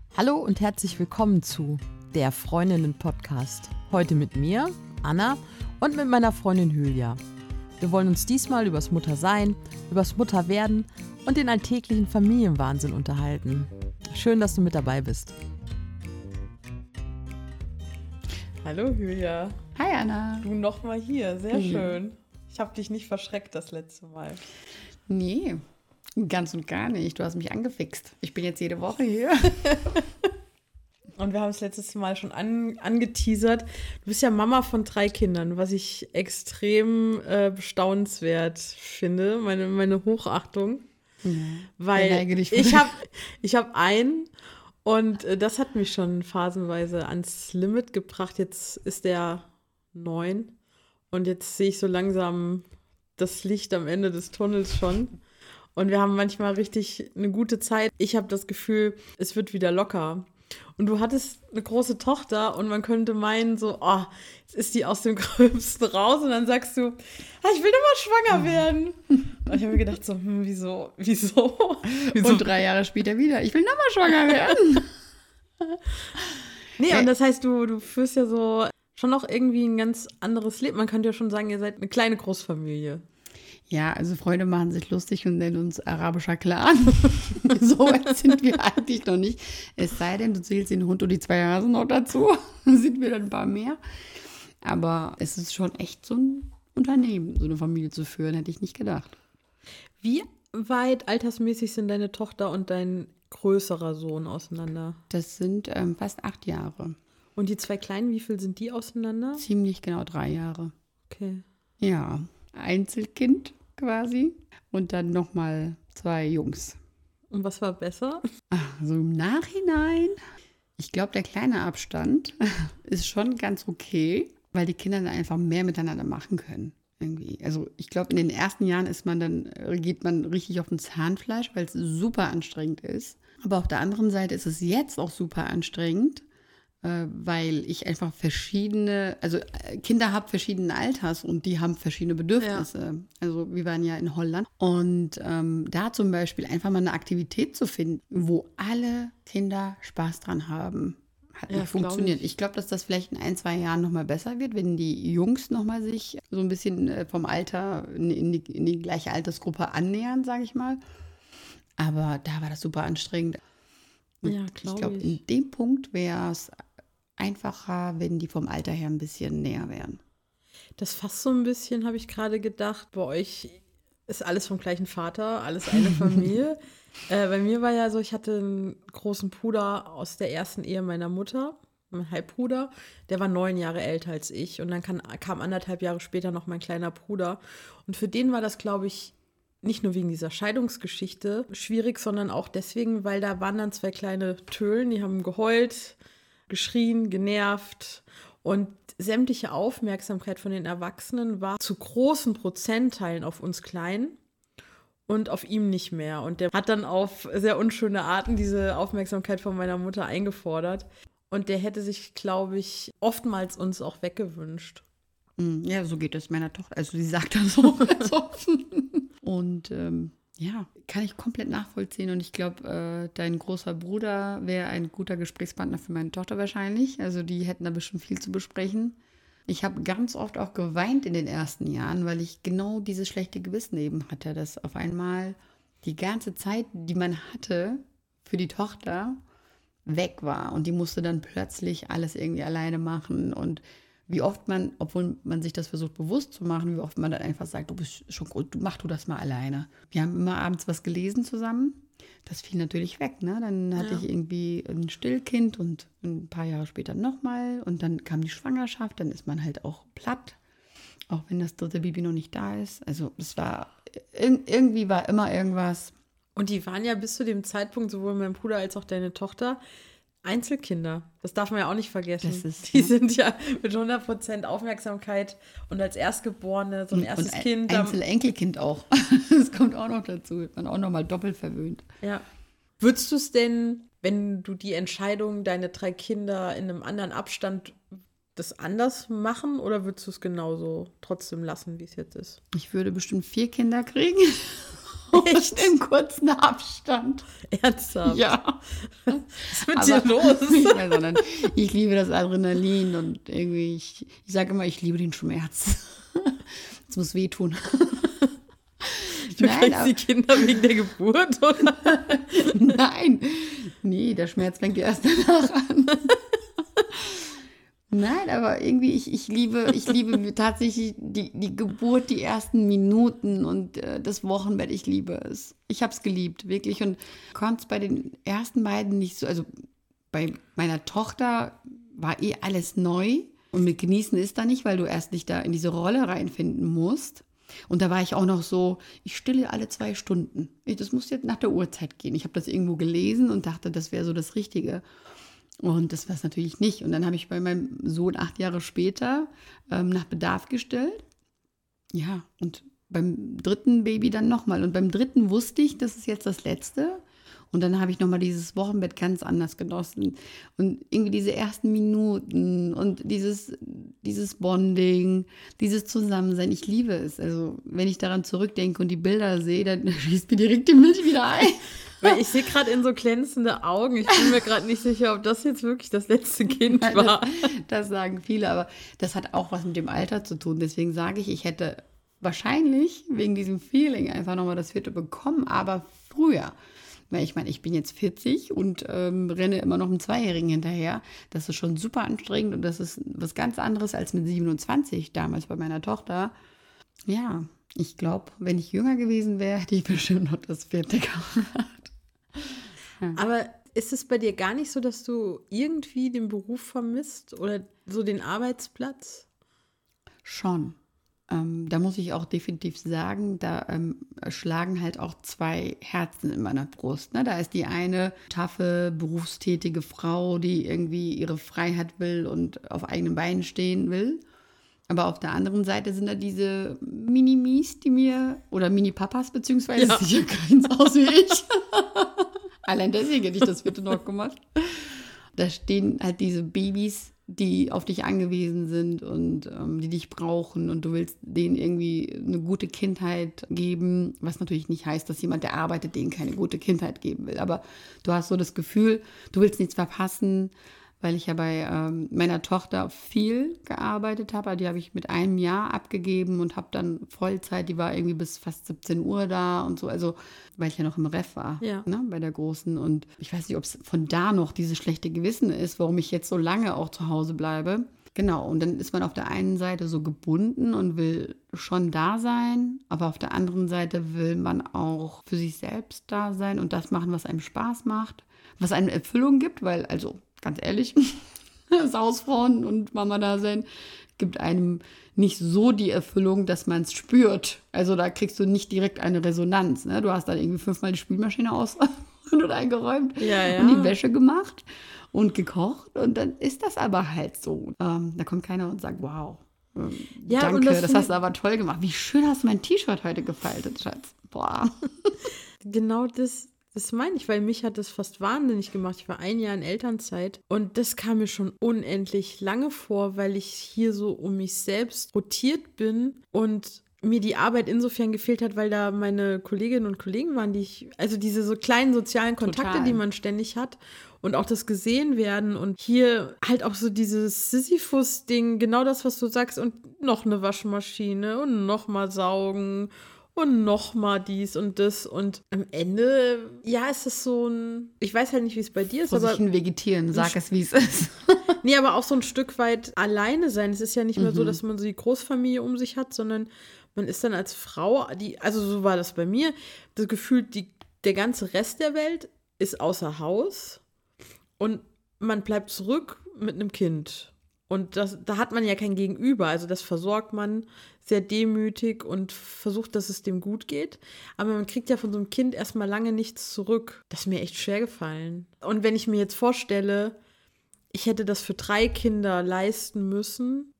Hallo und herzlich willkommen zu der Freundinnen-Podcast. Heute mit mir, Anna, und mit meiner Freundin Hülya. Wir wollen uns diesmal übers Muttersein, übers Mutterwerden und den alltäglichen Familienwahnsinn unterhalten. Schön, dass du mit dabei bist. Hallo Hülya. Hi Anna. Du nochmal hier, sehr schön. Ich habe dich nicht verschreckt das letzte Mal. Nee, ganz und gar nicht. Du hast mich angefixt. Ich bin jetzt jede Woche hier. Und wir haben es letztes Mal schon angeteasert. Du bist ja Mama von 3 Kindern, was ich extrem bestaunenswert finde. Meine Hochachtung. Ja, weil ich hab einen und das hat mich schon phasenweise ans Limit gebracht. Jetzt ist der 9 und jetzt sehe ich so langsam das Licht am Ende des Tunnels schon. Und wir haben manchmal richtig eine gute Zeit. Ich habe das Gefühl, es wird wieder locker. Und du hattest eine große Tochter und man könnte meinen, so, oh, jetzt ist die aus dem Gröbsten raus. Und dann sagst du, ich will doch mal schwanger werden. Und ich habe mir gedacht, so, wieso? Und 3 Jahre später wieder, ich will nochmal schwanger werden. Nee, und das heißt, du führst ja so schon noch irgendwie ein ganz anderes Leben. Man könnte ja schon sagen, ihr seid eine kleine Großfamilie. Ja, also Freunde machen sich lustig und nennen uns arabischer Clan. So weit sind wir eigentlich noch nicht. Es sei denn, du zählst den Hund und die 2 Hasen noch dazu. Dann sind wir dann ein paar mehr. Aber es ist schon echt so ein Unternehmen, so eine Familie zu führen, hätte ich nicht gedacht. Wie weit altersmäßig sind deine Tochter und dein größerer Sohn auseinander? Das sind fast 8 Jahre. Und die 2 Kleinen, wie viel sind die auseinander? Ziemlich genau 3 Jahre. Okay. Ja, Einzelkind quasi. Und dann nochmal 2 Jungs. Und was war besser? So im Nachhinein, ich glaube, der kleine Abstand ist schon ganz okay, weil die Kinder dann einfach mehr miteinander machen können. Irgendwie. Also ich glaube, in den ersten Jahren geht man richtig auf den Zahnfleisch, weil es super anstrengend ist. Aber auf der anderen Seite ist es jetzt auch super anstrengend, weil ich einfach Kinder habe verschiedenen Alters und die haben verschiedene Bedürfnisse. Ja. Also wir waren ja in Holland und da zum Beispiel einfach mal eine Aktivität zu finden, wo alle Kinder Spaß dran haben, hat nicht funktioniert. Ich glaube, dass das vielleicht in 1-2 Jahren nochmal besser wird, wenn die Jungs nochmal sich so ein bisschen vom Alter in die gleiche Altersgruppe annähern, sage ich mal. Aber da war das super anstrengend. Ja, ich glaube, in dem Punkt wäre es einfacher, wenn die vom Alter her ein bisschen näher wären. Das fast so ein bisschen, habe ich gerade gedacht, bei euch ist alles vom gleichen Vater, alles eine Familie. Bei mir war ja so, ich hatte einen großen Bruder aus der ersten Ehe meiner Mutter, mein Halbbruder, der war 9 Jahre älter als ich. Und dann kam 1,5 Jahre später noch mein kleiner Bruder. Und für den war das, glaube ich, nicht nur wegen dieser Scheidungsgeschichte schwierig, sondern auch deswegen, weil da waren dann 2 kleine Tölen, die haben geheult, geschrien, genervt und sämtliche Aufmerksamkeit von den Erwachsenen war zu großen Prozentteilen auf uns Kleinen und auf ihm nicht mehr. Und der hat dann auf sehr unschöne Arten diese Aufmerksamkeit von meiner Mutter eingefordert. Und der hätte sich, glaube ich, oftmals uns auch weggewünscht. Ja, so geht es meiner Tochter. Also sie sagt das so ganz offen. Und ja, kann ich komplett nachvollziehen. Und ich glaube, dein großer Bruder wäre ein guter Gesprächspartner für meine Tochter wahrscheinlich. Also die hätten da bestimmt viel zu besprechen. Ich habe ganz oft auch geweint in den ersten Jahren, weil ich genau dieses schlechte Gewissen eben hatte, dass auf einmal die ganze Zeit, die man hatte für die Tochter, weg war. Und die musste dann plötzlich alles irgendwie alleine machen. Und wie oft man, obwohl man sich das versucht bewusst zu machen, wie oft man dann einfach sagt, du bist schon gut, mach du das mal alleine. Wir haben immer abends was gelesen zusammen. Das fiel natürlich weg, ne? Dann hatte ich irgendwie ein Stillkind und ein paar Jahre später nochmal. Und dann kam die Schwangerschaft, dann ist man halt auch platt, auch wenn das 3. Baby noch nicht da ist. Also es war, irgendwie war immer irgendwas. Und die waren ja bis zu dem Zeitpunkt, sowohl mein Bruder als auch deine Tochter, Einzelkinder. Das darf man ja auch nicht vergessen. Die sind ja mit 100% Aufmerksamkeit und als Erstgeborene, so ein erstes Kind. Einzelenkelkind auch. Das kommt auch noch dazu. Wird man auch noch mal doppelt verwöhnt. Ja. Würdest du es denn, wenn du die Entscheidung, deine 3 Kinder in einem anderen Abstand das anders machen oder würdest du es genauso trotzdem lassen, wie es jetzt ist? Ich würde bestimmt 4 Kinder kriegen Echt? Im kurzen Abstand. Ernsthaft? Ja. Was ist mit dir los? Sondern ich liebe das Adrenalin und irgendwie, ich sage immer, ich liebe den Schmerz. Es muss wehtun. Du kriegst die Kinder wegen der Geburt, oder? Nein. Nee, der Schmerz fängt ja erst danach an. Nein, aber irgendwie, ich liebe tatsächlich die Geburt, die ersten Minuten und das Wochenbett, ich liebe es. Ich habe es geliebt, wirklich. Und konnte es bei den ersten beiden nicht so, also bei meiner Tochter war alles neu. Und mit genießen ist da nicht, weil du erst dich da in diese Rolle reinfinden musst. Und da war ich auch noch so, ich stille alle 2 Stunden. Das muss jetzt nach der Uhrzeit gehen. Ich habe das irgendwo gelesen und dachte, das wäre so das Richtige. Und das war es natürlich nicht. Und dann habe ich bei meinem Sohn 8 Jahre später nach Bedarf gestellt. Ja, und beim 3. Baby dann nochmal. Und beim 3. wusste ich, das ist jetzt das Letzte. Und dann habe ich nochmal dieses Wochenbett ganz anders genossen. Und irgendwie diese ersten Minuten und dieses Bonding, dieses Zusammensein, ich liebe es. Also wenn ich daran zurückdenke und die Bilder sehe, dann schießt mir direkt die Milch wieder ein. Weil ich sehe gerade in so glänzende Augen. Ich bin mir gerade nicht sicher, ob das jetzt wirklich das letzte Kind war. Das sagen viele, aber das hat auch was mit dem Alter zu tun. Deswegen sage ich, ich hätte wahrscheinlich wegen diesem Feeling einfach nochmal das 4. bekommen, aber früher. Weil ich meine, ich bin jetzt 40 und renne immer noch einem 2-Jährigen hinterher. Das ist schon super anstrengend und das ist was ganz anderes als mit 27 damals bei meiner Tochter. Ja, ich glaube, wenn ich jünger gewesen wäre, hätte ich bestimmt noch das 4. gemacht. Ja. Aber ist es bei dir gar nicht so, dass du irgendwie den Beruf vermisst oder so den Arbeitsplatz? Schon. Da muss ich auch definitiv sagen, da schlagen halt auch 2 Herzen in meiner Brust. Ne? Da ist die eine taffe, berufstätige Frau, die irgendwie ihre Freiheit will und auf eigenen Beinen stehen will. Aber auf der anderen Seite sind da diese Minimis, oder Mini-Papas, beziehungsweise sieht ja keins aus wie ich. Allein deswegen hätte ich das 4. noch gemacht. Da stehen halt diese Babys, die auf dich angewiesen sind und die dich brauchen und du willst denen irgendwie eine gute Kindheit geben, was natürlich nicht heißt, dass jemand, der arbeitet, denen keine gute Kindheit geben will. Aber du hast so das Gefühl, du willst nichts verpassen, weil ich ja bei meiner Tochter viel gearbeitet habe. Die habe ich mit 1 Jahr abgegeben und habe dann Vollzeit, die war irgendwie bis fast 17 Uhr da und so, also weil ich ja noch im Ref war, ne, bei der Großen. Und ich weiß nicht, ob es von da noch dieses schlechte Gewissen ist, warum ich jetzt so lange auch zu Hause bleibe. Genau, und dann ist man auf der einen Seite so gebunden und will schon da sein, aber auf der anderen Seite will man auch für sich selbst da sein und das machen, was einem Spaß macht, was einem Erfüllung gibt, weil, also ganz ehrlich, das Hausfrauen und Mama da sein gibt einem nicht so die Erfüllung, dass man es spürt. Also da kriegst du nicht direkt eine Resonanz. Ne? Du hast dann irgendwie 5-mal die Spülmaschine aus und eingeräumt und die Wäsche gemacht und gekocht und dann ist das aber halt so. Da kommt keiner und sagt, wow, danke, das hast du aber toll gemacht. Wie schön hast du mein T-Shirt heute gefaltet, Schatz. Boah. Genau das meine ich, weil mich hat das fast wahnsinnig gemacht. Ich war 1 Jahr in Elternzeit und das kam mir schon unendlich lange vor, weil ich hier so um mich selbst rotiert bin und mir die Arbeit insofern gefehlt hat, weil da meine Kolleginnen und Kollegen waren, also diese so kleinen sozialen Kontakte, die man ständig hat und auch das gesehen werden und hier halt auch so dieses Sisyphus-Ding, genau das, was du sagst und noch eine Waschmaschine und noch mal saugen und nochmal dies und das. Und am Ende, ist es so ein, ich weiß halt nicht, wie es bei dir ist, aber vegetieren, sag es, wie es ist. Nee, aber auch so ein Stück weit alleine sein. Es ist ja nicht mehr so, dass man so die Großfamilie um sich hat, sondern man ist dann als Frau, also so war das bei mir, das Gefühl, der ganze Rest der Welt ist außer Haus und man bleibt zurück mit einem Kind. Und da hat man ja kein Gegenüber, also das versorgt man sehr demütig und versucht, dass es dem gut geht. Aber man kriegt ja von so einem Kind erstmal lange nichts zurück. Das ist mir echt schwer gefallen. Und wenn ich mir jetzt vorstelle, ich hätte das für 3 Kinder leisten müssen,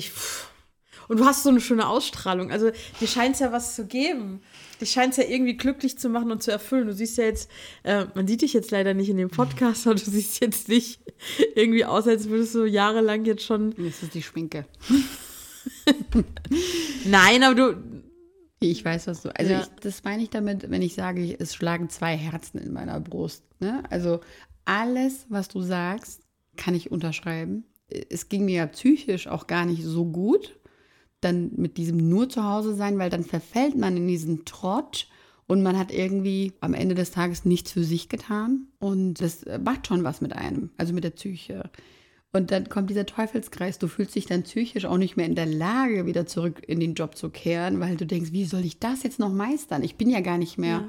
und du hast so eine schöne Ausstrahlung. Also dir scheint es ja was zu geben. Dich scheint es ja irgendwie glücklich zu machen und zu erfüllen. Du siehst ja jetzt, man sieht dich jetzt leider nicht in dem Podcast, aber du siehst jetzt nicht irgendwie aus, als würdest du jahrelang jetzt schon... Das ist die Schminke. Nein, aber Ich weiß, was du. Also Ja. das meine ich damit, wenn ich sage, es schlagen 2 Herzen in meiner Brust. Ne? Also alles, was du sagst, kann ich unterschreiben. Es ging mir ja psychisch auch gar nicht so gut, dann mit diesem nur zu Hause sein, weil dann verfällt man in diesen Trott und man hat irgendwie am Ende des Tages nichts für sich getan. Und das macht schon was mit einem, also mit der Psyche. Und dann kommt dieser Teufelskreis. Du fühlst dich dann psychisch auch nicht mehr in der Lage, wieder zurück in den Job zu kehren, weil du denkst, wie soll ich das jetzt noch meistern? Ich bin ja gar nicht mehr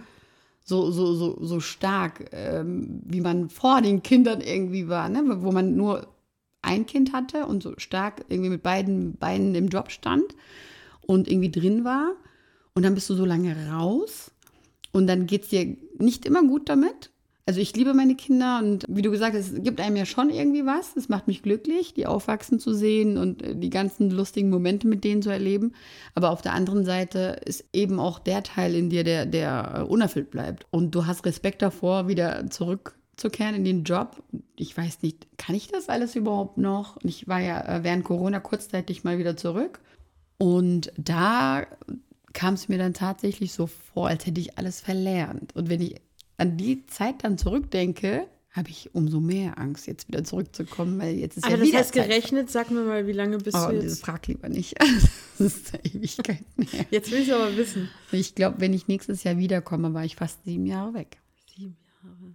so stark, wie man vor den Kindern irgendwie war, ne? Wo man nur ein Kind hatte und so stark irgendwie mit beiden Beinen im Job stand und irgendwie drin war. Und dann bist du so lange raus und dann geht es dir nicht immer gut damit. Also ich liebe meine Kinder und wie du gesagt hast, es gibt einem ja schon irgendwie was. Es macht mich glücklich, die aufwachsen zu sehen und die ganzen lustigen Momente mit denen zu erleben. Aber auf der anderen Seite ist eben auch der Teil in dir, der unerfüllt bleibt. Und du hast Respekt davor, wieder zurückzukehren in den Job. Ich weiß nicht, kann ich das alles überhaupt noch? Und ich war ja während Corona kurzzeitig mal wieder zurück. Und da kam es mir dann tatsächlich so vor, als hätte ich alles verlernt. Und wenn ich an die Zeit dann zurückdenke, habe ich umso mehr Angst, jetzt wieder zurückzukommen, weil jetzt ist Aber ja das wieder heißt Zeit. gerechnet, sag mir mal, wie lange bist Oh, du das jetzt? frag lieber nicht. Das ist eine Ewigkeit mehr. Jetzt will ich es aber wissen. Ich glaube, wenn ich nächstes Jahr wiederkomme, war ich fast 7 Jahre weg. 7 Jahre,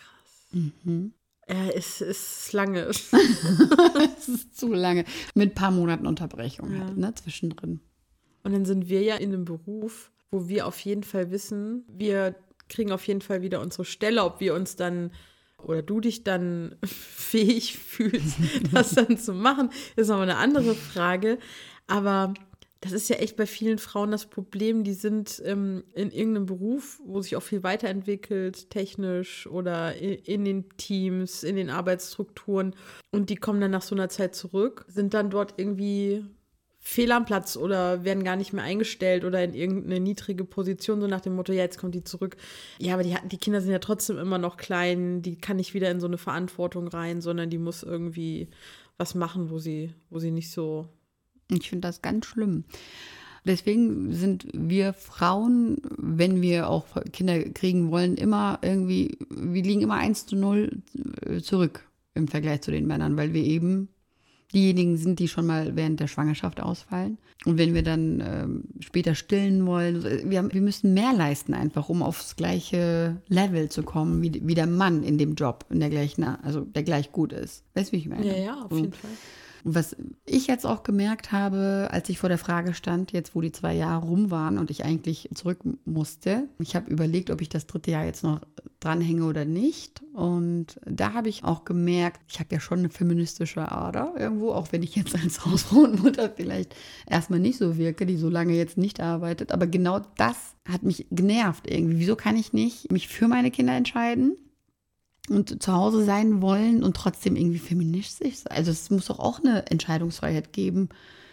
krass. Ja, es ist lange. Das ist zu lange. Mit ein paar Monaten Unterbrechung Ja. halt, ne, zwischendrin. Und dann sind wir ja in einem Beruf, wo wir auf jeden Fall wissen, wir kriegen auf jeden Fall wieder unsere Stelle, ob wir uns dann oder du dich dann fähig fühlst, das dann zu machen, ist nochmal eine andere Frage. Aber das ist ja echt bei vielen Frauen das Problem, die sind in irgendeinem Beruf, wo sich auch viel weiterentwickelt, technisch oder in den Teams, in den Arbeitsstrukturen und die kommen dann nach so einer Zeit zurück, sind dann dort irgendwie fehl am Platz oder werden gar nicht mehr eingestellt oder in irgendeine niedrige Position, so nach dem Motto, ja, jetzt kommt die zurück. Ja, aber die Kinder sind ja trotzdem immer noch klein, die kann nicht wieder in so eine Verantwortung rein, sondern die muss irgendwie was machen, wo sie nicht so. Ich finde das ganz schlimm. Deswegen sind wir Frauen, wenn wir auch Kinder kriegen wollen, immer irgendwie, wir liegen immer 1:0 zurück im Vergleich zu den Männern, weil wir eben diejenigen sind, die schon mal während der Schwangerschaft ausfallen. Und wenn wir dann später stillen wollen, wir müssen mehr leisten einfach, um aufs gleiche Level zu kommen, wie der Mann in dem Job, in der gleichen, also der gleich gut ist. Weißt du, wie ich meine? Ja, auf jeden Fall. Und was ich jetzt auch gemerkt habe, als ich vor der Frage stand, jetzt wo die 2 Jahre rum waren und ich eigentlich zurück musste, ich habe überlegt, ob ich das 3. Jahr jetzt noch dranhänge oder nicht. Und da habe ich auch gemerkt, ich habe ja schon eine feministische Ader irgendwo, auch wenn ich jetzt als Hausfrauenmutter vielleicht erstmal nicht so wirke, die so lange jetzt nicht arbeitet. Aber genau das hat mich genervt irgendwie. Wieso kann ich nicht mich für meine Kinder entscheiden? Und zu Hause sein wollen und trotzdem irgendwie feministisch sein. Also es muss doch auch eine Entscheidungsfreiheit geben,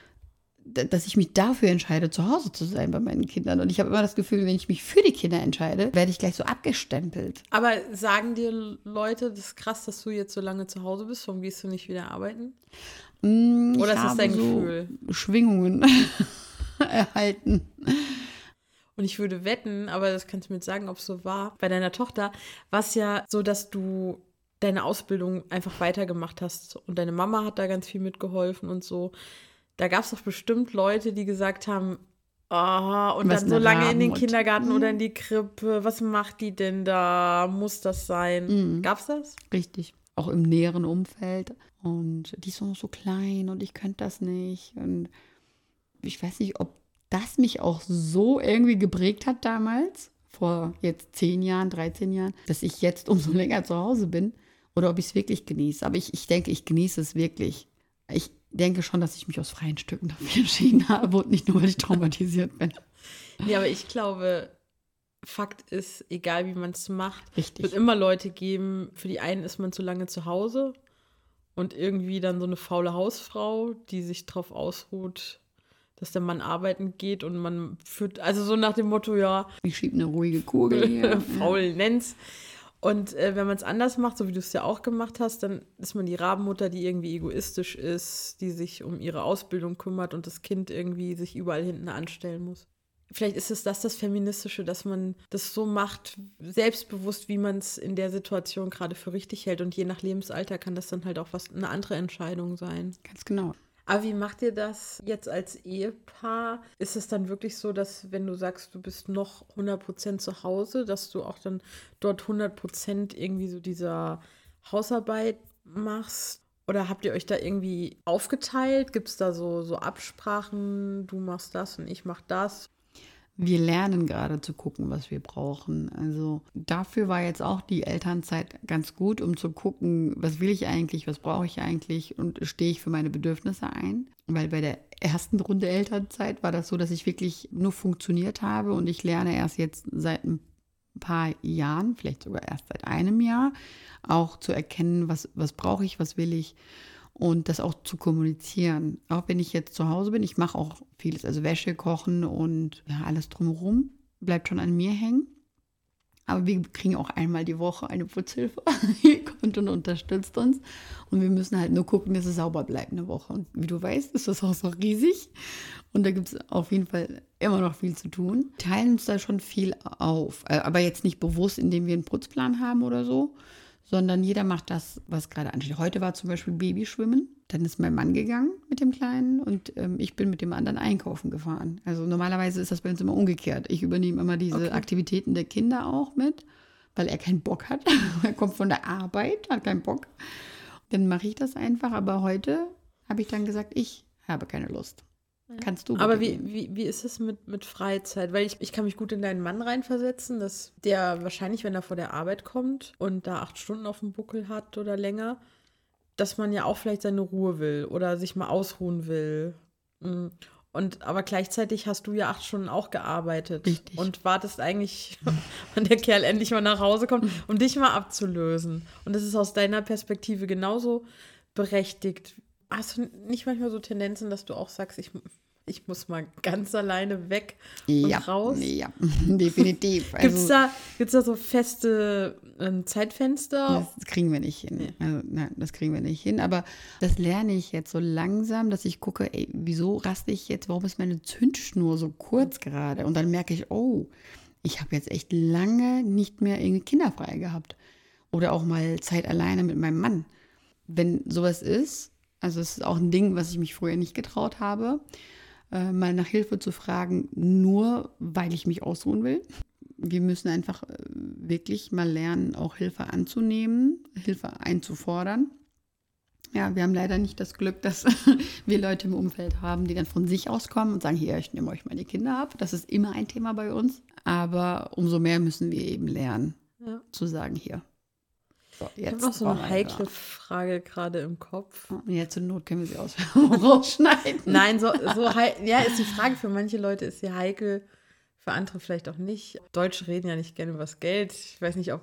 dass ich mich dafür entscheide, zu Hause zu sein bei meinen Kindern. Und ich habe immer das Gefühl, wenn ich mich für die Kinder entscheide, werde ich gleich so abgestempelt. Aber sagen dir Leute, das ist krass, dass du jetzt so lange zu Hause bist, warum gehst du nicht wieder arbeiten? Oder ist das dein Gefühl? Schwingungen erhalten. Und ich würde wetten, aber das kannst du mir sagen, ob es so war, bei deiner Tochter war es ja so, dass du deine Ausbildung einfach weitergemacht hast und deine Mama hat da ganz viel mitgeholfen und so. Da gab es doch bestimmt Leute, die gesagt haben, und Was dann so eine lange in den Rabenmutter. Kindergarten oder in die Krippe, was macht die denn da? Muss das sein? Gab's das? Richtig. Auch im näheren Umfeld. Und die ist noch so klein und ich könnte das nicht. Und ich weiß nicht, ob das mich auch so irgendwie geprägt hat damals, vor jetzt 10 Jahren, 13 Jahren, dass ich jetzt umso länger zu Hause bin oder ob ich es wirklich genieße. Aber ich denke, ich genieße es wirklich. Ich denke schon, dass ich mich aus freien Stücken dafür entschieden habe und nicht nur, weil ich traumatisiert bin. Ja, aber ich glaube, Fakt ist, egal wie man es macht, es Richtig. wird immer Leute geben, für die einen ist man zu lange zu Hause und irgendwie dann so eine faule Hausfrau, die sich drauf ausruht, dass der Mann arbeiten geht und man führt, also so nach dem Motto, ja, Ich schiebe eine ruhige Kugel hier. faul nennt's. Und wenn man es anders macht, so wie du es ja auch gemacht hast, dann ist man die Rabenmutter, die irgendwie egoistisch ist, die sich um ihre Ausbildung kümmert und das Kind irgendwie sich überall hinten anstellen muss. vielleicht ist es das Feministische, dass man das so macht, selbstbewusst, wie man es in der Situation gerade für richtig hält. Und je nach Lebensalter kann das dann halt auch eine andere Entscheidung sein. Ganz genau. Aber wie macht ihr das jetzt als Ehepaar? Ist es dann wirklich so, dass wenn du sagst, du bist noch 100% zu Hause, dass du auch dann dort 100% irgendwie so dieser Hausarbeit machst? Oder habt ihr euch da irgendwie aufgeteilt? Gibt es da so Absprachen, du machst das und ich mach das? Wir lernen gerade zu gucken, was wir brauchen. Also dafür war jetzt auch die Elternzeit ganz gut, um zu gucken, was will ich eigentlich, was brauche ich eigentlich und stehe ich für meine Bedürfnisse ein. Weil bei der ersten Runde Elternzeit war das so, dass ich wirklich nur funktioniert habe und ich lerne erst jetzt seit ein paar Jahren, vielleicht sogar erst seit einem Jahr, auch zu erkennen, was brauche ich, was will ich. Und das auch zu kommunizieren. Auch wenn ich jetzt zu Hause bin, ich mache auch vieles, also Wäsche, Kochen und ja, alles drumherum, bleibt schon an mir hängen. Aber wir kriegen auch einmal die Woche eine Putzhilfe. Die kommt und unterstützt uns. Und wir müssen halt nur gucken, dass es sauber bleibt eine Woche. Und wie du weißt, ist das Haus auch riesig. Und da gibt es auf jeden Fall immer noch viel zu tun. Teilen uns da schon viel auf. Aber jetzt nicht bewusst, indem wir einen Putzplan haben oder so, sondern jeder macht das, was gerade ansteht. Heute war zum Beispiel Babyschwimmen. Dann ist mein Mann gegangen mit dem Kleinen und ich bin mit dem anderen einkaufen gefahren. Also normalerweise ist das bei uns immer umgekehrt. Ich übernehme immer diese Aktivitäten der Kinder auch mit, weil er keinen Bock hat. Er kommt von der Arbeit, hat keinen Bock. Dann mache ich das einfach. Aber heute habe ich dann gesagt, ich habe keine Lust. Kannst du. Aber wie ist es mit Freizeit? Weil ich kann mich gut in deinen Mann reinversetzen, dass der wahrscheinlich, wenn er vor der Arbeit kommt und da 8 Stunden auf dem Buckel hat oder länger, dass man ja auch vielleicht seine Ruhe will oder sich mal ausruhen will. Aber gleichzeitig hast du ja 8 Stunden auch gearbeitet. Richtig. Und wartest eigentlich, wann der Kerl endlich mal nach Hause kommt, um dich mal abzulösen. Und das ist aus deiner Perspektive genauso berechtigt. Hast du nicht manchmal so Tendenzen, dass du auch sagst, ich muss mal ganz alleine weg und raus? Ja, definitiv. Gibt's da so feste Zeitfenster? Das kriegen wir nicht hin. Nee. Also, nein, das kriegen wir nicht hin. Aber das lerne ich jetzt so langsam, dass ich gucke, ey, wieso raste ich jetzt? Warum ist meine Zündschnur so kurz gerade? Und dann merke ich, oh, ich habe jetzt echt lange nicht mehr irgendwie kinderfrei gehabt. Oder auch mal Zeit alleine mit meinem Mann. Wenn sowas ist, also es ist auch ein Ding, was ich mich früher nicht getraut habe, mal nach Hilfe zu fragen, nur weil ich mich ausruhen will. Wir müssen einfach wirklich mal lernen, auch Hilfe anzunehmen, Hilfe einzufordern. Ja, wir haben leider nicht das Glück, dass wir Leute im Umfeld haben, die dann von sich aus kommen und sagen, hier, ich nehme euch mal die Kinder ab. Das ist immer ein Thema bei uns. Aber umso mehr müssen wir eben lernen, zu sagen, hier. So, ich habe noch so eine heikle Frage gerade im Kopf. Und jetzt zur Not können wir sie rausschneiden. Nein, ist die Frage für manche Leute ist sie heikel, für andere vielleicht auch nicht. Deutsche reden ja nicht gerne über das Geld. Ich weiß nicht,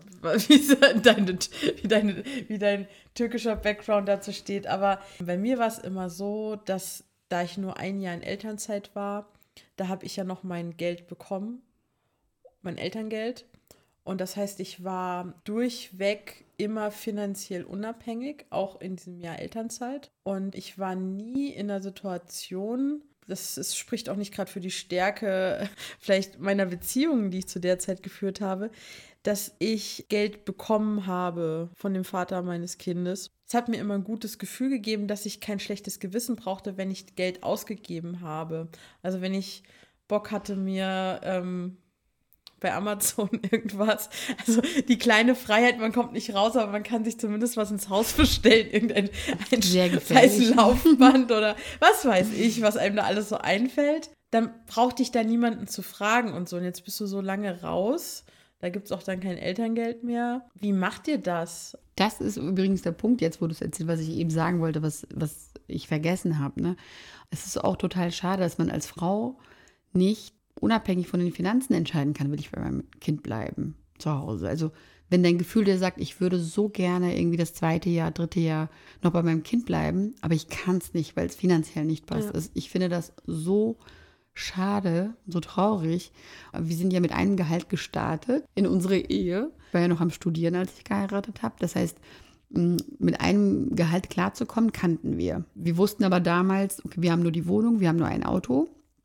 wie dein türkischer Background dazu steht, aber bei mir war es immer so, dass da ich nur ein Jahr in Elternzeit war, da habe ich ja noch mein Geld bekommen, mein Elterngeld. Und das heißt, ich war durchweg immer finanziell unabhängig, auch in diesem Jahr Elternzeit. Und ich war nie in einer Situation, das spricht auch nicht gerade für die Stärke vielleicht meiner Beziehungen, die ich zu der Zeit geführt habe, dass ich Geld bekommen habe von dem Vater meines Kindes. Es hat mir immer ein gutes Gefühl gegeben, dass ich kein schlechtes Gewissen brauchte, wenn ich Geld ausgegeben habe. Also wenn ich Bock hatte, mir bei Amazon irgendwas. Also die kleine Freiheit, man kommt nicht raus, aber man kann sich zumindest was ins Haus bestellen. Irgendein scheiß Laufband oder was weiß ich, was einem da alles so einfällt. Dann brauchte ich da niemanden zu fragen und so. Und jetzt bist du so lange raus. Da gibt es auch dann kein Elterngeld mehr. Wie macht ihr das? Das ist übrigens der Punkt jetzt, wo du es erzählst, was ich eben sagen wollte, was ich vergessen habe. Ne? Es ist auch total schade, dass man als Frau nicht unabhängig von den Finanzen entscheiden kann, will ich bei meinem Kind bleiben zu Hause. Also wenn dein Gefühl dir sagt, ich würde so gerne irgendwie das 2. Jahr, 3. Jahr noch bei meinem Kind bleiben, aber ich kann es nicht, weil es finanziell nicht passt. Ja. Ich finde das so schade, so traurig. Wir sind ja mit einem Gehalt gestartet in unsere Ehe. Ich war ja noch am Studieren, als ich geheiratet habe. Das heißt, mit einem Gehalt klarzukommen, kannten wir. Wir wussten aber damals, okay, wir haben nur die Wohnung, wir haben nur ein Auto.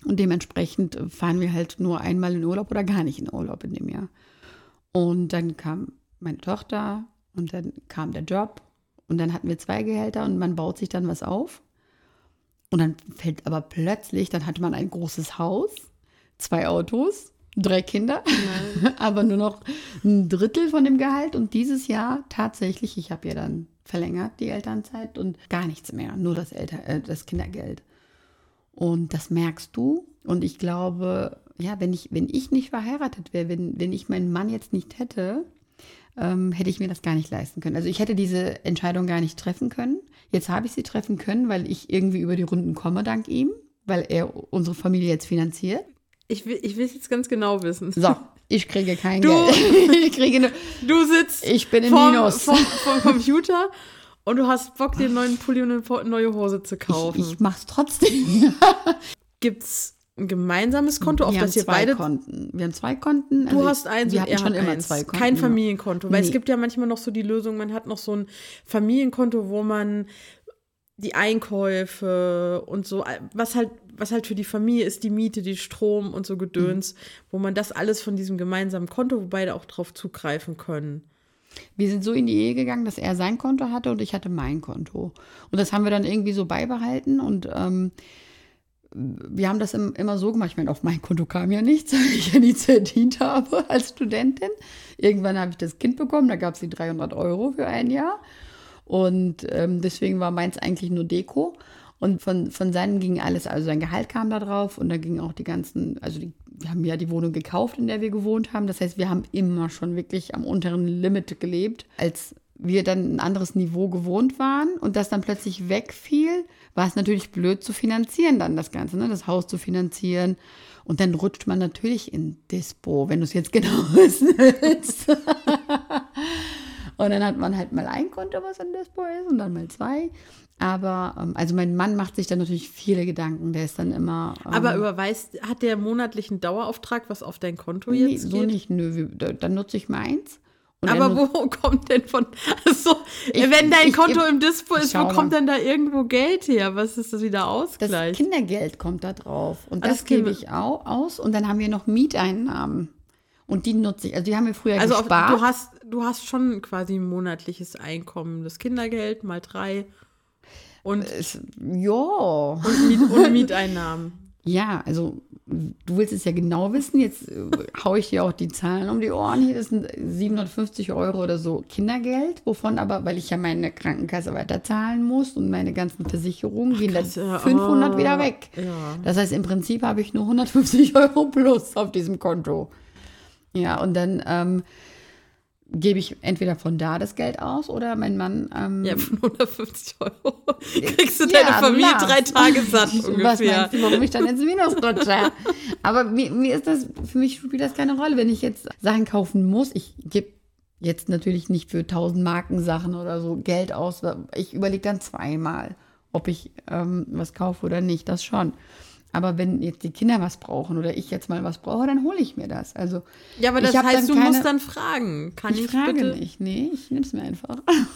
Und dementsprechend fahren wir halt nur einmal in Urlaub oder gar nicht in Urlaub in dem Jahr. Und dann kam meine Tochter und dann kam der Job und dann hatten wir 2 Gehälter und man baut sich dann was auf. Und dann fällt aber plötzlich, dann hatte man ein großes Haus, 2 Autos, 3 Kinder, aber nur noch ein Drittel von dem Gehalt. Und dieses Jahr tatsächlich, ich habe ja dann verlängert die Elternzeit und gar nichts mehr, nur das Kindergeld. Und das merkst du. Und ich glaube, ja, wenn ich nicht verheiratet wäre, wenn ich meinen Mann jetzt nicht hätte, hätte ich mir das gar nicht leisten können. Also ich hätte diese Entscheidung gar nicht treffen können. Jetzt habe ich sie treffen können, weil ich irgendwie über die Runden komme dank ihm, weil er unsere Familie jetzt finanziert. Ich will es jetzt ganz genau wissen. So, ich kriege kein Geld. Du sitzt ich bin im Minus. Vom Computer und du hast Bock, dir einen neuen Pulli und eine neue Hose zu kaufen. Ich mach's trotzdem. Gibt's ein gemeinsames Konto, auf das ihr beide... Konten. Wir haben 2 Konten. Du hast eins und er schon hat immer eins. 2 Konten. Kein Familienkonto. Weil Nee. es gibt ja manchmal noch so die Lösung, man hat noch so ein Familienkonto, wo man die Einkäufe und so, was halt für die Familie ist, die Miete, die Strom und so Gedöns, wo man das alles von diesem gemeinsamen Konto, wo beide auch drauf zugreifen können. Wir sind so in die Ehe gegangen, dass er sein Konto hatte und ich hatte mein Konto. Und das haben wir dann irgendwie so beibehalten und wir haben das immer so gemacht. Ich meine, auf mein Konto kam ja nichts, weil ich ja nichts verdient habe als Studentin. Irgendwann habe ich das Kind bekommen, da gab es die 300 € für ein Jahr. Und deswegen war meins eigentlich nur Deko. Und von seinem ging alles, also sein Gehalt kam da drauf und da gingen auch die ganzen, wir haben ja die Wohnung gekauft, in der wir gewohnt haben. Das heißt, wir haben immer schon wirklich am unteren Limit gelebt. Als wir dann ein anderes Niveau gewohnt waren und das dann plötzlich wegfiel, war es natürlich blöd zu finanzieren dann das Ganze, ne? Das Haus zu finanzieren. Und dann rutscht man natürlich in Dispo, wenn du es jetzt genau wissen willst. Und dann hat man halt mal ein Konto, was in Dispo ist und dann mal 2. Aber, also mein Mann macht sich dann natürlich viele Gedanken. Der ist dann immer... Aber hat der monatlichen Dauerauftrag, was auf dein Konto nee, jetzt so geht? nicht, nö. Dann nutze ich meins. Und Aber wo kommt denn wenn dein Konto im Dispo ist, wo kommt denn da irgendwo Geld her? Was ist das wieder Ausgleich? Das Kindergeld kommt da drauf. Und das das gebe ich auch aus. Und dann haben wir noch Mieteinnahmen. Und die nutze ich. Also die haben wir früher gespart. Du hast schon quasi ein monatliches Einkommen. Das Kindergeld mal 3 und Mieteinnahmen. Ja, also du willst es ja genau wissen. Jetzt haue ich dir auch die Zahlen um die Ohren. Hier, das sind 750 € oder so Kindergeld, wovon aber, weil ich ja meine Krankenkasse weiterzahlen muss und meine ganzen Versicherungen, gehen dann 500 wieder weg. Ja. Das heißt, im Prinzip habe ich nur 150 € plus auf diesem Konto. Ja, und dann gebe ich entweder von da das Geld aus oder mein Mann... ja, von 150 € kriegst du deine Familie 3 Tage satt ungefähr. Was meinst du, warum ich dann ins Minus rutsche? Aber für mich spielt das keine Rolle, wenn ich jetzt Sachen kaufen muss. Ich gebe jetzt natürlich nicht für 1000 Marken Sachen oder so Geld aus. Ich überlege dann zweimal, ob ich was kaufe oder nicht, das schon. Aber wenn jetzt die Kinder was brauchen oder ich jetzt mal was brauche, dann hole ich mir das. Also, ja, aber das heißt, du musst dann fragen. Ich frage nicht. Nee, ich nehme es mir einfach.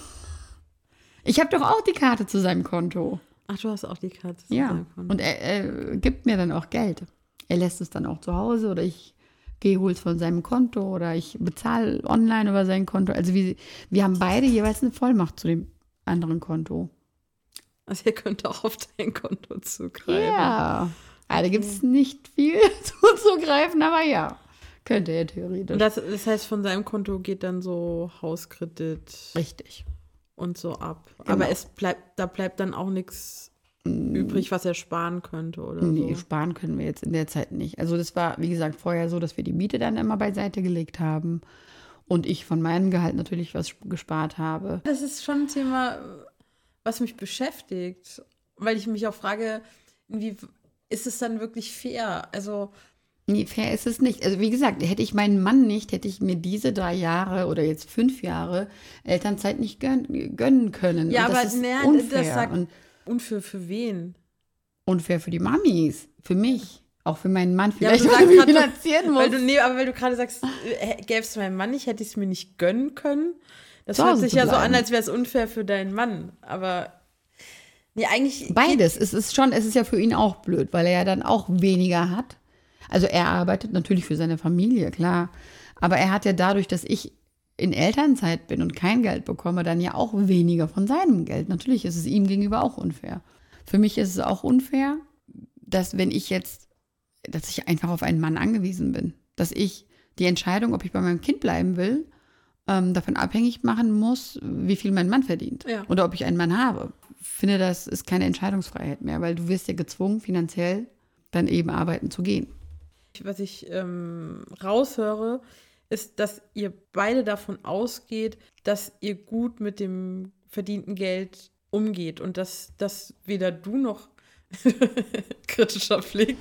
Ich habe doch auch die Karte zu seinem Konto. Ach, du hast auch die Karte zu Ja, seinem Konto. und er gibt mir dann auch Geld. Er lässt es dann auch zu Hause oder ich hole es von seinem Konto oder ich bezahle online über sein Konto. Also wir haben beide jeweils eine Vollmacht zu dem anderen Konto. Also ihr könnt auch auf dein Konto zugreifen. Ja, da gibt es nicht viel zuzugreifen, aber ja, könnte er theoretisch. Und das heißt, von seinem Konto geht dann so Hauskredit Richtig. und so ab. Genau. Aber da bleibt dann auch nichts übrig, was er sparen könnte oder Nee, so. sparen können wir jetzt in der Zeit nicht. Also das war, wie gesagt, vorher so, dass wir die Miete dann immer beiseite gelegt haben und ich von meinem Gehalt natürlich was gespart habe. Das ist schon ein Thema, was mich beschäftigt, weil ich mich auch frage, wie ist es dann wirklich fair? Also Nee, fair ist es nicht. Also wie gesagt, hätte ich meinen Mann nicht, hätte ich mir diese 3 Jahre oder jetzt 5 Jahre Elternzeit nicht gönnen können. ja, und aber das ist das unfair. sagt Und unfair für wen? unfair für die Mamis, für mich, auch für meinen Mann Ja, aber vielleicht, du weil sagst ich grad, finanzieren muss. weil du gerade sagst, gäbe es meinem Mann nicht, hätte ich es mir nicht gönnen können. Das Zu hört Hause sich zu ja so bleiben. an, als wäre es unfair für deinen Mann. Aber Nee, eigentlich Beides. Es ist ja für ihn auch blöd, weil er ja dann auch weniger hat. Also er arbeitet natürlich für seine Familie, klar. Aber er hat ja dadurch, dass ich in Elternzeit bin und kein Geld bekomme, dann ja auch weniger von seinem Geld. Natürlich ist es ihm gegenüber auch unfair. Für mich ist es auch unfair, dass ich einfach auf einen Mann angewiesen bin. Dass ich die Entscheidung, ob ich bei meinem Kind bleiben will, davon abhängig machen muss, wie viel mein Mann verdient. Ja. Oder ob ich einen Mann habe. Ich finde, das ist keine Entscheidungsfreiheit mehr, weil du wirst ja gezwungen, finanziell dann eben arbeiten zu gehen. Was ich raushöre, ist, dass ihr beide davon ausgeht, dass ihr gut mit dem verdienten Geld umgeht und dass weder du noch kritischer Blick.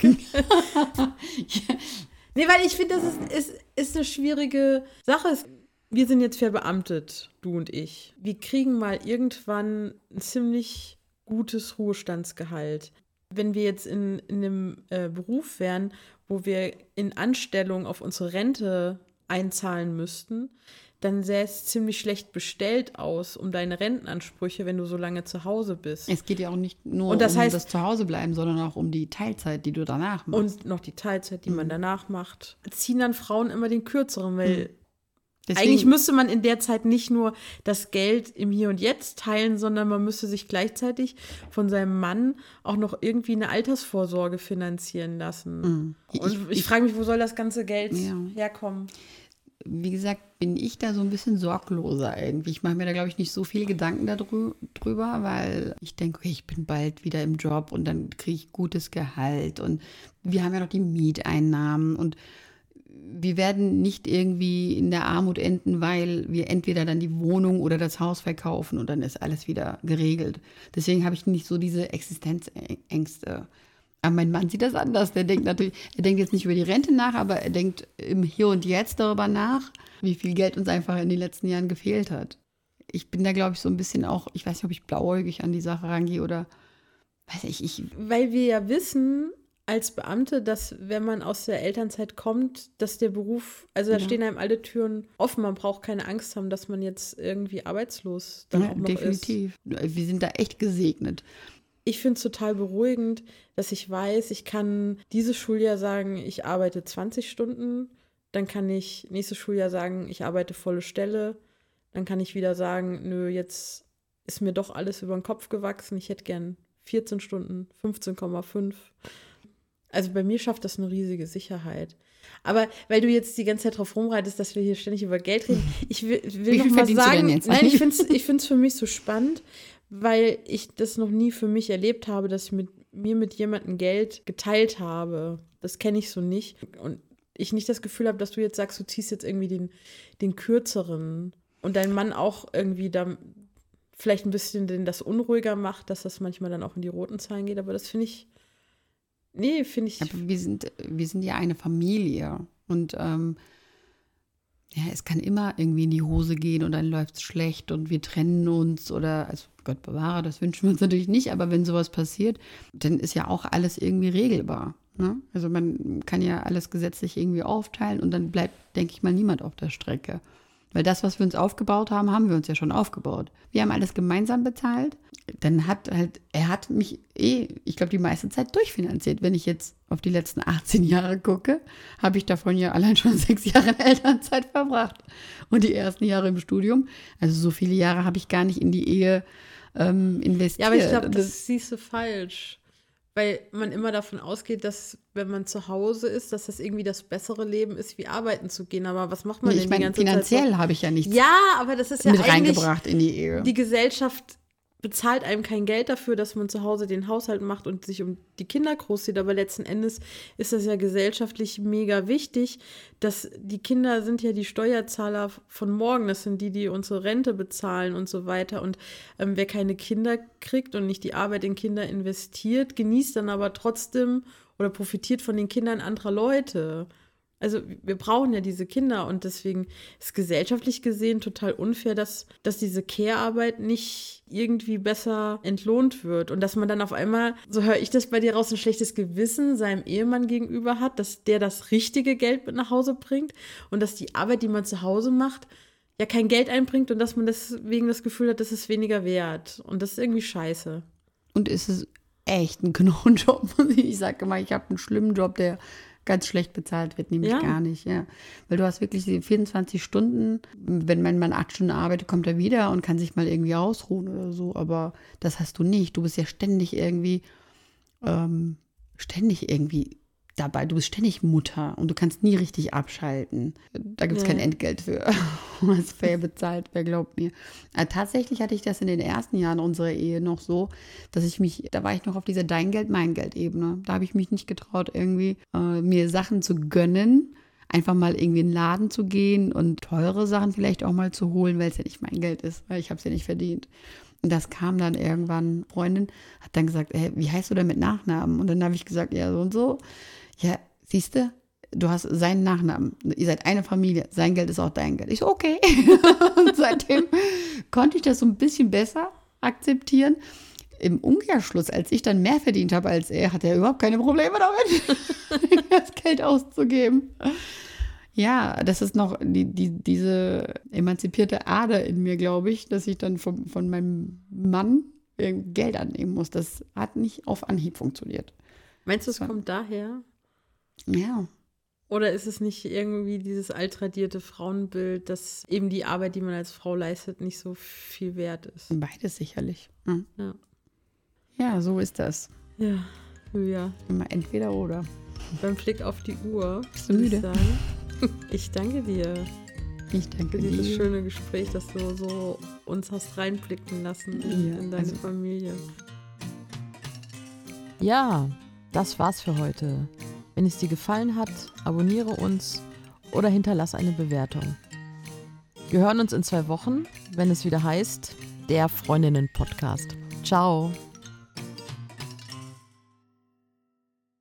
Nee, weil ich finde, das ist eine schwierige Sache. Wir sind jetzt verbeamtet, du und ich. Wir kriegen mal irgendwann ein ziemlich gutes Ruhestandsgehalt. Wenn wir jetzt in einem Beruf wären, wo wir in Anstellung auf unsere Rente einzahlen müssten, dann sähe es ziemlich schlecht bestellt aus um deine Rentenansprüche, wenn du so lange zu Hause bist. Es geht ja auch nicht nur und das um heißt, das Zuhausebleiben, sondern auch um die Teilzeit, die du danach machst. Und noch die Teilzeit, die man danach macht. Ziehen dann Frauen immer den kürzeren, weil Deswegen, eigentlich müsste man in der Zeit nicht nur das Geld im Hier und Jetzt teilen, sondern man müsste sich gleichzeitig von seinem Mann auch noch irgendwie eine Altersvorsorge finanzieren lassen. Und ich frage mich, wo soll das ganze Geld herkommen? Wie gesagt, bin ich da so ein bisschen sorgloser irgendwie. Ich mache mir da, glaube ich, nicht so viel Gedanken drüber, weil ich denke, okay, ich bin bald wieder im Job und dann kriege ich gutes Gehalt und wir haben ja noch die Mieteinnahmen und wir werden nicht irgendwie in der Armut enden, weil wir entweder dann die Wohnung oder das Haus verkaufen und dann ist alles wieder geregelt. Deswegen habe ich nicht so diese Existenzängste. Aber mein Mann sieht das anders. Der denkt jetzt nicht über die Rente nach, aber er denkt im Hier und Jetzt darüber nach, wie viel Geld uns einfach in den letzten Jahren gefehlt hat. Ich bin da, glaube ich, so ein bisschen auch, ich weiß nicht, ob ich blauäugig an die Sache rangehe oder weiß ich. Weil wir ja wissen als Beamte, dass wenn man aus der Elternzeit kommt, dass der Beruf, also da stehen einem alle Türen offen. Man braucht keine Angst haben, dass man jetzt irgendwie arbeitslos dann auch noch definitiv. Ist. Wir sind da echt gesegnet. Ich finde es total beruhigend, dass ich weiß, ich kann dieses Schuljahr sagen, ich arbeite 20 Stunden. Dann kann ich nächstes Schuljahr sagen, ich arbeite volle Stelle. Dann kann ich wieder sagen, nö, jetzt ist mir doch alles über den Kopf gewachsen. Ich hätte gern 14 Stunden, 15,5. Also bei mir schafft das eine riesige Sicherheit. Aber weil du jetzt die ganze Zeit drauf rumreitest, dass wir hier ständig über Geld reden, ich will noch mal sagen, nein, ich finde es für mich so spannend, weil ich das noch nie für mich erlebt habe, dass ich mit jemandem Geld geteilt habe. Das kenne ich so nicht. Und ich nicht das Gefühl habe, dass du jetzt sagst, du ziehst jetzt irgendwie den kürzeren und dein Mann auch irgendwie da vielleicht ein bisschen das unruhiger macht, dass das manchmal dann auch in die roten Zahlen geht. Aber das finde ich. Aber wir sind ja eine Familie und es kann immer irgendwie in die Hose gehen und dann läuft es schlecht und wir trennen uns oder, also Gott bewahre, das wünschen wir uns natürlich nicht, aber wenn sowas passiert, dann ist ja auch alles irgendwie regelbar. Ne? Also man kann ja alles gesetzlich irgendwie aufteilen und dann bleibt, denke ich mal, niemand auf der Strecke. Weil das, was wir uns aufgebaut haben, haben wir uns ja schon aufgebaut. Wir haben alles gemeinsam bezahlt. Dann er hat mich ich glaube, die meiste Zeit durchfinanziert. Wenn ich jetzt auf die letzten 18 Jahre gucke, habe ich davon ja allein schon 6 Jahre in Elternzeit verbracht. Und die ersten Jahre im Studium. Also so viele Jahre habe ich gar nicht in die Ehe investiert. Ja, aber ich glaube, das siehst du falsch. Weil man immer davon ausgeht, dass, wenn man zu Hause ist, dass das irgendwie das bessere Leben ist, wie arbeiten zu gehen. Aber was macht man denn die ganze Zeit? Finanziell habe ich ja nichts aber das ist ja mit reingebracht in die Ehe. Die Gesellschaft bezahlt einem kein Geld dafür, dass man zu Hause den Haushalt macht und sich um die Kinder großzieht. Aber letzten Endes ist das ja gesellschaftlich mega wichtig, dass die Kinder sind ja die Steuerzahler von morgen. Das sind die unsere Rente bezahlen und so weiter. Und wer keine Kinder kriegt und nicht die Arbeit in Kinder investiert, genießt dann aber trotzdem oder profitiert von den Kindern anderer Leute. Also wir brauchen ja diese Kinder und deswegen ist gesellschaftlich gesehen total unfair, dass diese Care-Arbeit nicht irgendwie besser entlohnt wird und dass man dann auf einmal, so höre ich das bei dir raus, ein schlechtes Gewissen seinem Ehemann gegenüber hat, dass der das richtige Geld mit nach Hause bringt und dass die Arbeit, die man zu Hause macht, ja kein Geld einbringt und dass man deswegen das Gefühl hat, das ist weniger wert und das ist irgendwie scheiße. und es ist echt ein Knochenjob. Ich sage immer, ich habe einen schlimmen Job, der ganz schlecht bezahlt wird, nämlich gar nicht. Ja. Weil du hast wirklich diese 24 Stunden, wenn mein Mann 8 Stunden arbeitet, kommt er wieder und kann sich mal irgendwie ausruhen oder so. Aber das hast du nicht. Du bist ja ständig irgendwie dabei. Du bist ständig Mutter und du kannst nie richtig abschalten. Da gibt es kein Entgelt für, was fair bezahlt wäre, glaubt mir. Aber tatsächlich hatte ich das in den ersten Jahren unserer Ehe noch so, dass da war ich noch auf dieser Dein Geld, mein Geld-Ebene. Da habe ich mich nicht getraut, irgendwie mir Sachen zu gönnen, einfach mal irgendwie in den Laden zu gehen und teure Sachen vielleicht auch mal zu holen, weil es ja nicht mein Geld ist, weil ich habe es ja nicht verdient. Und das kam dann irgendwann, Freundin hat dann gesagt, wie heißt du denn mit Nachnamen? Und dann habe ich gesagt, ja, so und so. Ja, siehst du hast seinen Nachnamen. Ihr seid eine Familie. Sein Geld ist auch dein Geld. Ich so, okay. Und seitdem konnte ich das so ein bisschen besser akzeptieren. Im Umkehrschluss, als ich dann mehr verdient habe als er, hat er überhaupt keine Probleme damit, das Geld auszugeben. Ja, das ist noch diese emanzipierte Ader in mir, glaube ich, dass ich dann von meinem Mann Geld annehmen muss. Das hat nicht auf Anhieb funktioniert. Meinst du, es kommt daher? Ja. Oder ist es nicht irgendwie dieses altradierte Frauenbild, dass eben die Arbeit, die man als Frau leistet, nicht so viel wert ist? Beides sicherlich. Hm. Ja. Ja, so ist das. Ja, Julia. Immer entweder oder. Beim Blick auf die Uhr. Bist du müde? Ich danke dir. Ich danke für dir. dieses schöne Gespräch, dass du so uns hast reinblicken lassen in deine Familie. Ja, das war's für heute. Wenn es dir gefallen hat, abonniere uns oder hinterlass eine Bewertung. Wir hören uns in 2 Wochen, wenn es wieder heißt, der Freundinnen-Podcast. Ciao!